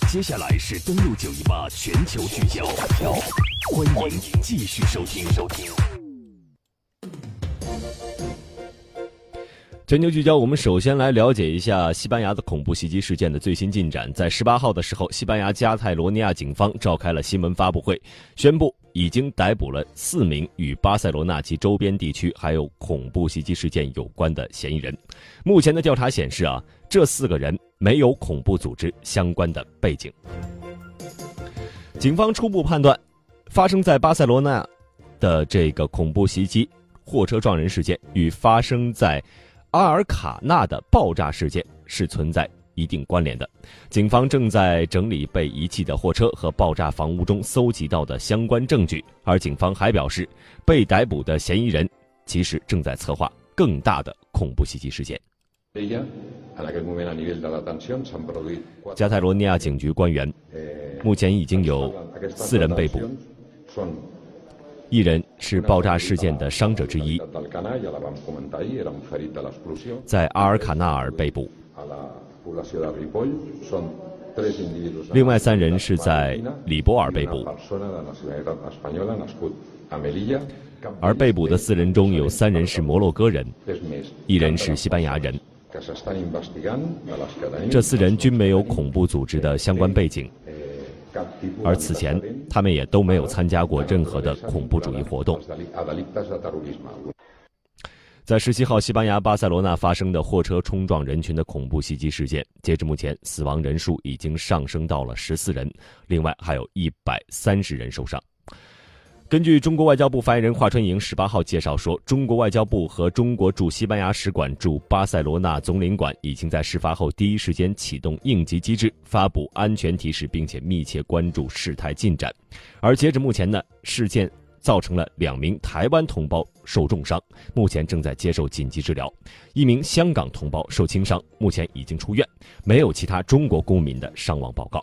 接下来是登陆918全球聚焦，欢迎继续收听。全球聚焦，我们首先来了解一下西班牙的恐怖袭击事件的最新进展。在18号的时候，西班牙加泰罗尼亚警方召开了新闻发布会，宣布已经逮捕了4名与巴塞罗那及周边地区还有恐怖袭击事件有关的嫌疑人。目前的调查显示这4个人没有恐怖组织相关的背景。警方初步判断，发生在巴塞罗那的这个恐怖袭击货车撞人事件与发生在阿尔卡纳的爆炸事件是存在一定关联的。警方正在整理被遗弃的货车和爆炸房屋中搜集到的相关证据，而警方还表示，被逮捕的嫌疑人其实正在策划更大的恐怖袭击事件。加泰罗尼亚警局官员，目前已经有4人被捕，1人是爆炸事件的伤者之一，在阿尔卡纳尔被捕，另外3人是在里波尔被捕，而被捕的4人中有3人是摩洛哥人，1人是西班牙人。这4人均没有恐怖组织的相关背景，而此前他们也都没有参加过任何的恐怖主义活动。在17号西班牙巴塞罗那发生的货车冲撞人群的恐怖袭击事件，截至目前死亡人数已经上升到了14人，另外还有130人受伤。根据中国外交部发言人华春莹18号介绍说，中国外交部和中国驻西班牙使馆驻巴塞罗那总领馆已经在事发后第一时间启动应急机制，发布安全提示，并且密切关注事态进展。而截至目前呢，事件造成了2名台湾同胞受重伤，目前正在接受紧急治疗；1名香港同胞受轻伤，目前已经出院，没有其他中国公民的伤亡报告。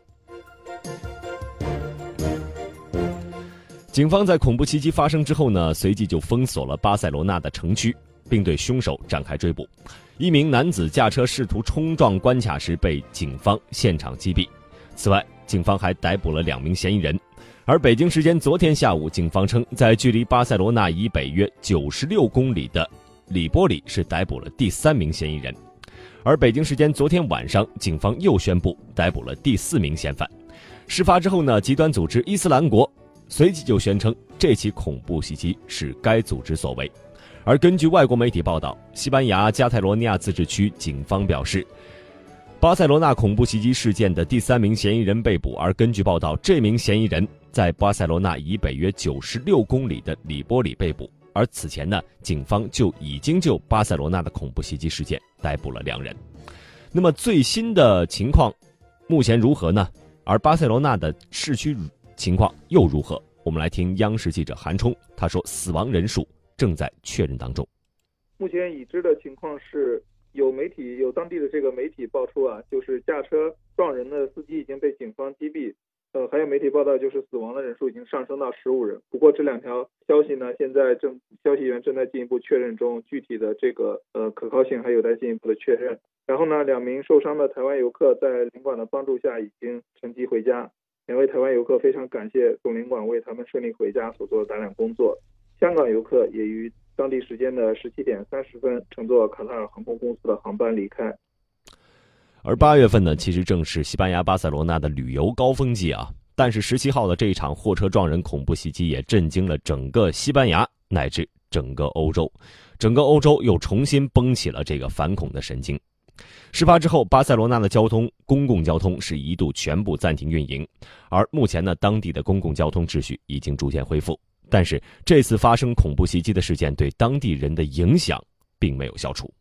警方在恐怖袭击发生之后呢，随即就封锁了巴塞罗那的城区，并对凶手展开追捕。1名男子驾车试图冲撞关卡时被警方现场击毙。此外，警方还逮捕了2名嫌疑人。而北京时间昨天下午，警方称在距离巴塞罗那以北约96公里的里波里是逮捕了第3名嫌疑人。而北京时间昨天晚上，警方又宣布逮捕了第4名嫌犯。事发之后呢，极端组织伊斯兰国随即就宣称这起恐怖袭击是该组织所为。而根据外国媒体报道，西班牙加泰罗尼亚自治区警方表示，巴塞罗那恐怖袭击事件的第3名嫌疑人被捕，而根据报道，这名嫌疑人在巴塞罗那以北约96公里的里波里被捕。而此前呢，警方就已经就巴塞罗那的恐怖袭击事件逮捕了2人。那么最新的情况目前如何呢？而巴塞罗那的市区情况又如何？我们来听央视记者韩冲，他说死亡人数正在确认当中。 目前已知的情况是，有当地的这个媒体爆出就是驾车撞人的司机已经被警方击毙，还有媒体报道就是死亡的人数已经上升到15人。不过这2条消息呢，现在消息源正在进一步确认中，具体的这个可靠性还有待进一步的确认。然后呢，2名受伤的台湾游客在领馆的帮助下已经乘机回家。2位台湾游客非常感谢总领馆为他们顺利回家所做的大量工作。香港游客也于当地时间的17点30分乘坐卡塔尔航空公司的航班离开。 而8月份呢，其实正是西班牙巴塞罗那的旅游高峰季但是17号的这一场货车撞人恐怖袭击也震惊了整个西班牙乃至整个欧洲，整个欧洲又重新绷起了这个反恐的神经。事发之后，巴塞罗那的公共交通是一度全部暂停运营，而目前呢，当地的公共交通秩序已经逐渐恢复。但是这次发生恐怖袭击的事件对当地人的影响并没有消除。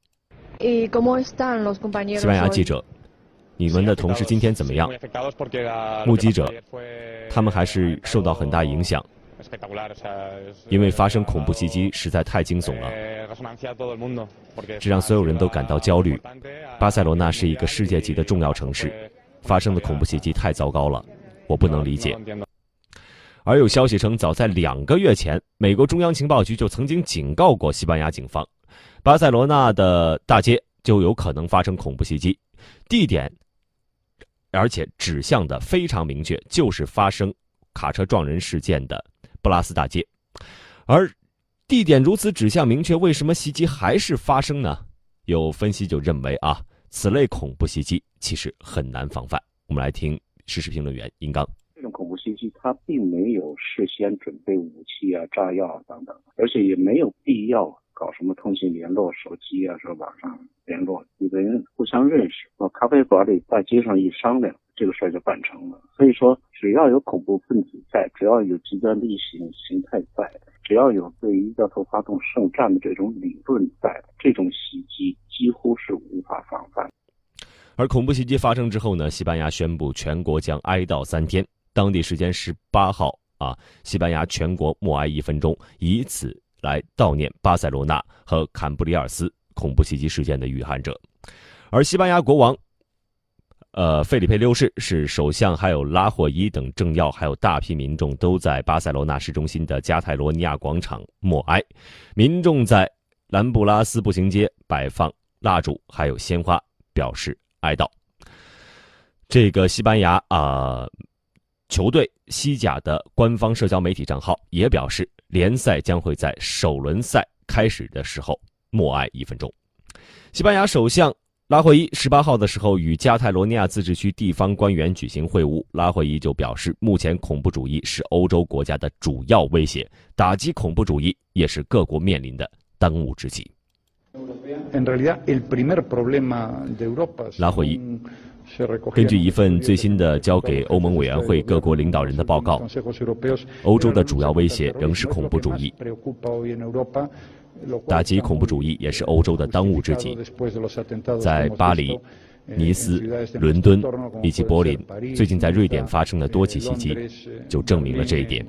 西班牙记者，你们的同事今天怎么样？目击者，他们还是受到很大影响，因为发生恐怖袭击实在太惊悚了，这让所有人都感到焦虑。巴塞罗那是一个世界级的重要城市，发生的恐怖袭击太糟糕了，我不能理解。而有消息称，早在2个月前，美国中央情报局就曾经警告过西班牙警方，巴塞罗那的大街就有可能发生恐怖袭击，地点而且指向的非常明确，就是发生卡车撞人事件的布拉斯大街。而地点如此指向明确，为什么袭击还是发生呢？有分析就认为此类恐怖袭击其实很难防范。我们来听时事评论员殷刚。 这种恐怖袭击它并没有事先准备武器炸药等等，而且也没有必要搞什么通信联络手机说网上联络，几个人互相认识，到咖啡馆里大街上一商量，这个事儿就办成了。所以说只要有恐怖分子在，只要有极端的意识形态在，只要有对于要求发动圣战的这种理论在，这种袭击几乎是无法防范。 而恐怖袭击发生之后呢，西班牙宣布全国将哀悼3天。当地时间18号西班牙全国默哀1分钟，以此来悼念巴塞罗那和坎布里尔斯恐怖袭击事件的遇害者。而西班牙国王费里佩6世是首相，还有拉霍伊等政要，还有大批民众都在巴塞罗那市中心的加泰罗尼亚广场默哀。民众在兰布拉斯步行街摆放蜡烛还有鲜花表示哀悼。这个西班牙球队西甲的官方社交媒体账号也表示，联赛将会在首轮赛开始的时候默哀1分钟。西班牙首相拉霍伊18号的时候与加泰罗尼亚自治区地方官员举行会晤，拉霍伊就表示，目前恐怖主义是欧洲国家的主要威胁，打击恐怖主义也是各国面临的当务之急。拉霍伊根据一份最新的交给欧盟委员会各国领导人的报告，欧洲的主要威胁仍是恐怖主义，打击恐怖主义也是欧洲的当务之急。在巴黎、尼斯、伦敦以及柏林，最近在瑞典发生的多起袭击就证明了这一点。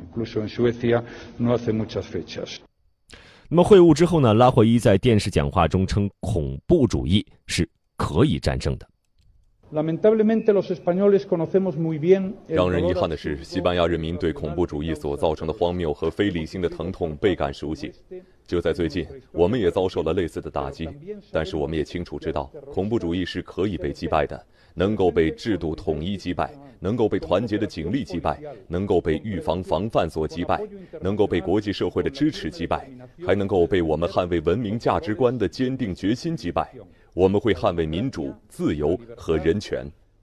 那么会晤之后呢，拉霍伊在电视讲话中称，恐怖主义是可以战胜的。 让人遗憾的是，西班牙人民对恐怖主义所造成的荒谬和非理性的疼痛倍感熟悉。就在最近，我们也遭受了类似的打击，但是我们也清楚知道，恐怖主义是可以被击败的，能够被制度统一击败，能够被团结的警力击败，能够被预防防范所击败，能够被国际社会的支持击败，还能够被我们捍卫文明价值观的坚定决心击败。我们会捍卫民主、自由和人权。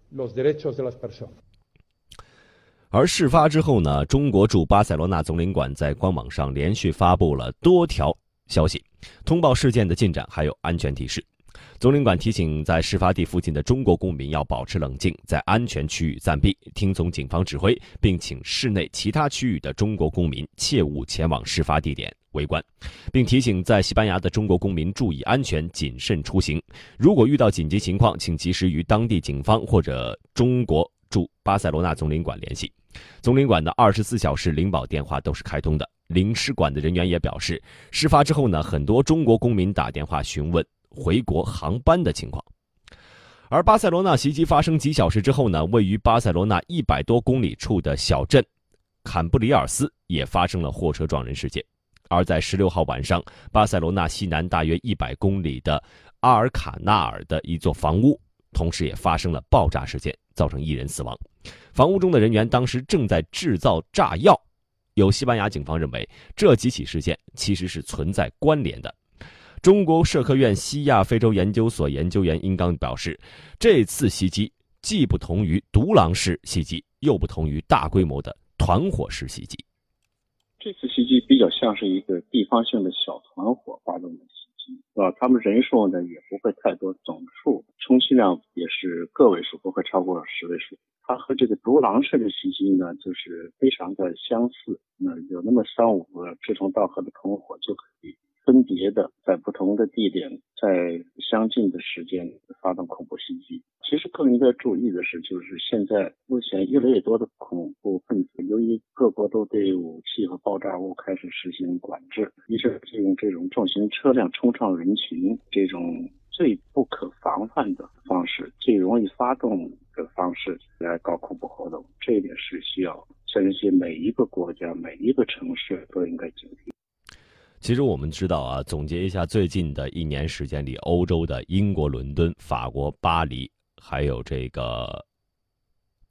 而事发之后呢，中国驻巴塞罗那总领馆在官网上连续发布了多条消息，通报事件的进展还有安全提示。总领馆提醒在事发地附近的中国公民要保持冷静，在安全区域暂避，听从警方指挥，并请市内其他区域的中国公民切勿前往事发地点围观，并提醒在西班牙的中国公民注意安全，谨慎出行。如果遇到紧急情况，请及时与当地警方或者中国驻巴塞罗那总领馆联系。总领馆的24小时领保电话都是开通的。领事馆的人员也表示，事发之后呢，很多中国公民打电话询问回国航班的情况。而巴塞罗那袭击发生几小时之后呢，位于巴塞罗那100多公里处的小镇坎布里尔斯也发生了货车撞人事件。而在16号晚上，巴塞罗那西南大约100公里的阿尔卡纳尔的一座房屋同时也发生了爆炸事件，造成1人死亡。房屋中的人员当时正在制造炸药。有西班牙警方认为，这几起事件其实是存在关联的。中国社科院西亚非洲研究所研究员殷刚表示，这次袭击既不同于独狼式袭击，又不同于大规模的团伙式袭击。 这次袭击比较像是一个地方性的小团伙发动的袭击，他们人数呢也不会太多，总数充其量也是个位数，不会超过10位数。它和这个独狼式的袭击呢，就是非常的相似。有那么3-5个志同道合的同伙就可以分别的在不同的地点，在相近的时间发动恐怖袭击。其实更应该注意的是，就是现在目前越来越多的恐怖分子，由于各国都对武器和爆炸物开始实行管制，于是就用这种重型车辆冲撞人群这种最不可防范的方式，最容易发动的方式来搞恐怖活动。这一点是需要相信每一个国家、每一个城市都应该警惕。 其实我们知道啊，总结一下最近的1年时间里，欧洲的英国伦敦、法国巴黎，还有这个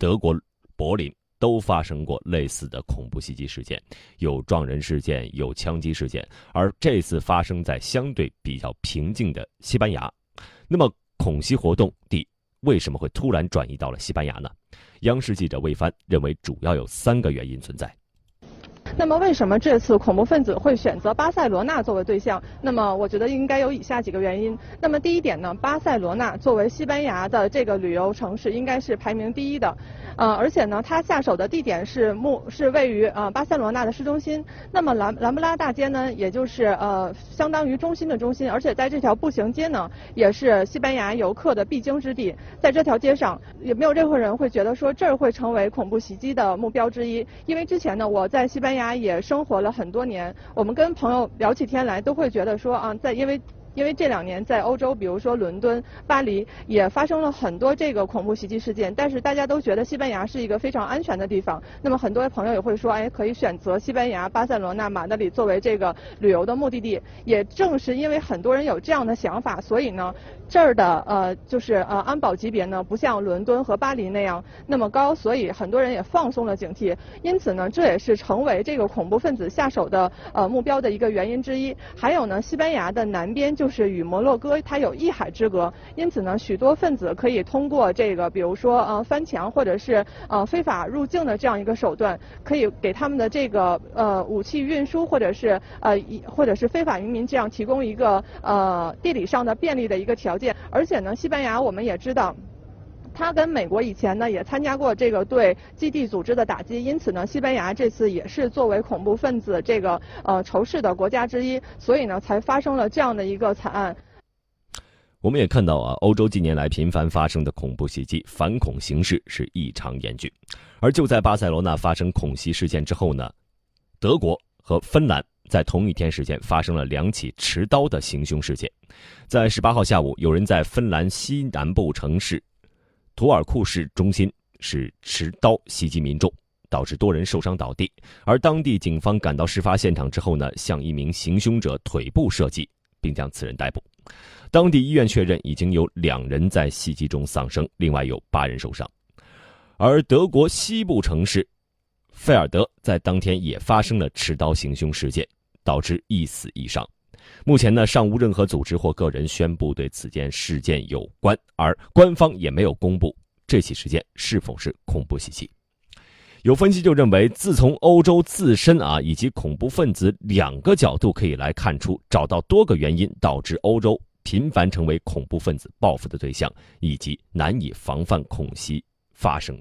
德国柏林都发生过类似的恐怖袭击事件，有撞人事件，有枪击事件，而这次发生在相对比较平静的西班牙。那么恐袭活动地为什么会突然转移到了西班牙呢？央视记者魏帆认为，主要有3个原因存在。 那么为什么这次恐怖分子会选择巴塞罗那作为对象？那么我觉得应该有以下几个原因。那么第一点呢，巴塞罗那作为西班牙的这个旅游城市，应该是排名第1的。而且呢，它下手的地点是位于巴塞罗那的市中心。那么兰布拉大街呢，也就是相当于中心的中心，而且在这条步行街呢，也是西班牙游客的必经之地。在这条街上，也没有任何人会觉得说这儿会成为恐怖袭击的目标之一。因为之前呢，我在西班牙也生活了很多年，我们跟朋友聊起天来，都会觉得说因为这2年在欧洲，比如说伦敦、巴黎，也发生了很多这个恐怖袭击事件，但是大家都觉得西班牙是一个非常安全的地方。那么很多朋友也会说，可以选择西班牙、巴塞罗那、马德里作为这个旅游的目的地。也正是因为很多人有这样的想法，所以呢，这儿的安保级别呢，不像伦敦和巴黎那样那么高，所以很多人也放松了警惕。因此呢，这也是成为这个恐怖分子下手的目标的一个原因之一。还有呢，西班牙的南边就是与摩洛哥它有1海之隔，因此呢，许多分子可以通过这个，比如说翻墙或者是非法入境的这样一个手段，可以给他们的这个武器运输或者是非法移民这样提供一个地理上的便利的一个条件。而且呢，西班牙我们也知道，他跟美国以前呢也参加过这个对基地组织的打击，因此呢，西班牙这次也是作为恐怖分子这个仇视的国家之一，所以呢才发生了这样的一个惨案。 我们也看到欧洲近年来频繁发生的恐怖袭击，反恐形势是异常严峻。而就在巴塞罗那发生恐袭事件之后呢，德国和芬兰在同一天时间发生了2起持刀的行凶事件。在18号下午，有人在芬兰西南部城市图尔库市中心是持刀袭击民众，导致多人受伤倒地。而当地警方赶到事发现场之后呢，向一名行凶者腿部射击，并将此人逮捕。当地医院确认已经有2人在袭击中丧生，另外有8人受伤。而德国西部城市费尔德在当天也发生了持刀行凶事件，导致1死1伤。目前呢，尚无任何组织或个人宣布对此件事件有关，而官方也没有公布这起事件是否是恐怖袭击。有分析就认为，自从欧洲自身以及恐怖分子2个角度可以来看出，找到多个原因导致欧洲频繁成为恐怖分子报复的对象，以及难以防范恐袭发生。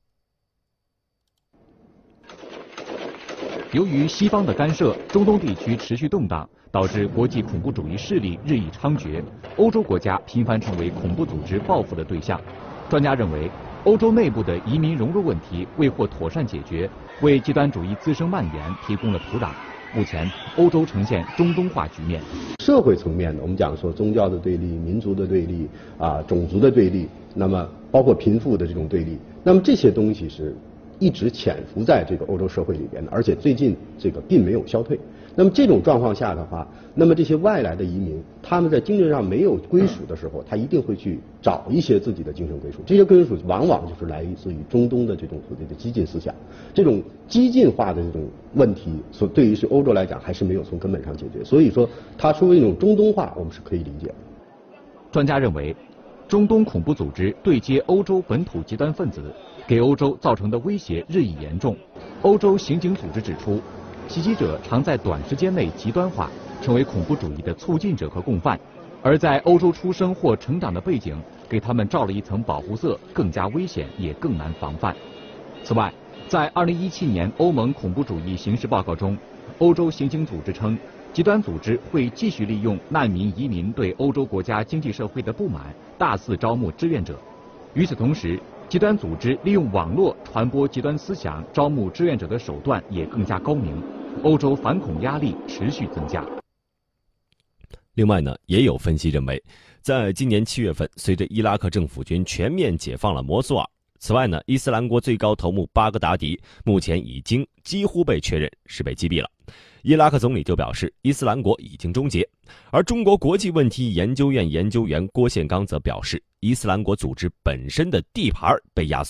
由于西方的干涉，中东地区持续动荡，导致国际恐怖主义势力日益猖獗，欧洲国家频繁成为恐怖组织报复的对象。专家认为，欧洲内部的移民融入问题未获妥善解决，为极端主义滋生蔓延提供了土壤。目前，欧洲呈现中东化局面。 社会层面的，我们讲说宗教的对立、民族的对立种族的对立，那么包括贫富的这种对立，那么这些东西是一直潜伏在这个欧洲社会里边的，而且最近这个并没有消退。那么这种状况下的话，那么这些外来的移民，他们在精神上没有归属的时候，他一定会去找一些自己的精神归属。这些归属往往就是来自于中东的这种所谓的激进思想，这种激进化的这种问题，对于是欧洲来讲还是没有从根本上解决。所以说，它出为一种中东化，我们是可以理解的。 专家认为，中东恐怖组织对接欧洲本土极端分子，给欧洲造成的威胁日益严重。欧洲刑警组织指出，袭击者常在短时间内极端化，成为恐怖主义的促进者和共犯，而在欧洲出生或成长的背景给他们罩了一层保护色，更加危险，也更难防范。此外，在2017年欧盟恐怖主义形势报告中，欧洲刑警组织称，极端组织会继续利用难民移民对欧洲国家经济社会的不满，大肆招募志愿者。与此同时，极端组织利用网络传播极端思想、招募志愿者的手段也更加高明，欧洲反恐压力持续增加。 另外呢，也有分析认为，在今年7月份，随着伊拉克政府军全面解放了摩苏尔，此外呢，伊斯兰国最高头目巴格达迪目前已经几乎被确认是被击毙了。伊拉克总理就表示，伊斯兰国已经终结。而中国国际问题研究院研究员郭宪刚则表示，伊斯兰国组织本身的地盘被压缩了。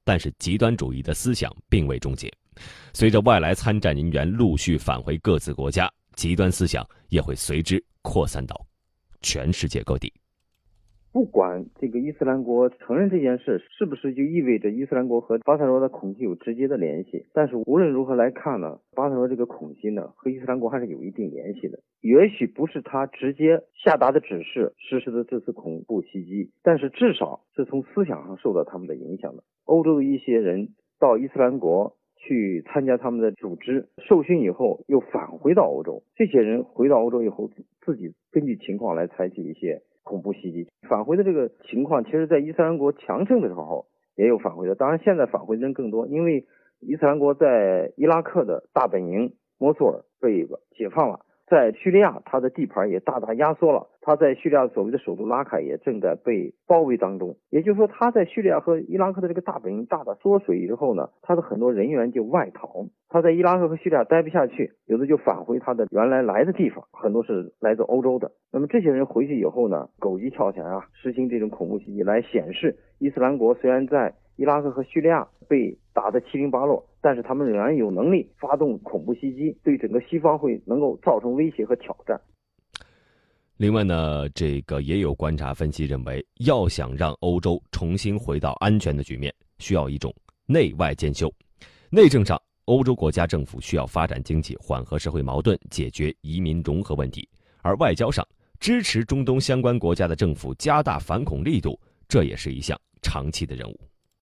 但是极端主义的思想并未终结。随着外来参战人员陆续返回各自国家，极端思想也会随之扩散到全世界各地。 不管这个伊斯兰国承认这件事是不是就意味着伊斯兰国和巴塞罗的恐袭有直接的联系，但是无论如何来看呢，巴塞罗这个恐袭呢和伊斯兰国还是有一定联系的。也许不是他直接下达的指示实施的这次恐怖袭击，但是至少是从思想上受到他们的影响的。欧洲的一些人到伊斯兰国去参加他们的组织，受训以后又返回到欧洲，这些人回到欧洲以后自己根据情况来采取一些恐怖袭击。返回的这个情况其实在伊斯兰国强盛的时候也有返回的，当然现在返回的人更多，因为伊斯兰国在伊拉克的大本营摩苏尔被解放了，在叙利亚他的地盘也大大压缩了，他在叙利亚所谓的首都拉凯也正在被包围当中。也就是说他在叙利亚和伊拉克的这个大本营大大缩水之后呢，他的很多人员就外逃，他在伊拉克和叙利亚待不下去，有的就返回他的原来来的地方，很多是来自欧洲的。那么这些人回去以后呢，狗急跳墙啊，实行这种恐怖袭击，来显示伊斯兰国虽然在伊拉克和叙利亚被打得七零八落，但是他们仍然有能力发动恐怖袭击，对整个西方会能够造成威胁和挑战。 另外呢，这个也有观察分析认为，要想让欧洲重新回到安全的局面，需要一种内外兼修。内政上，欧洲国家政府需要发展经济，缓和社会矛盾，解决移民融合问题；而外交上，支持中东相关国家的政府加大反恐力度，这也是一项长期的任务。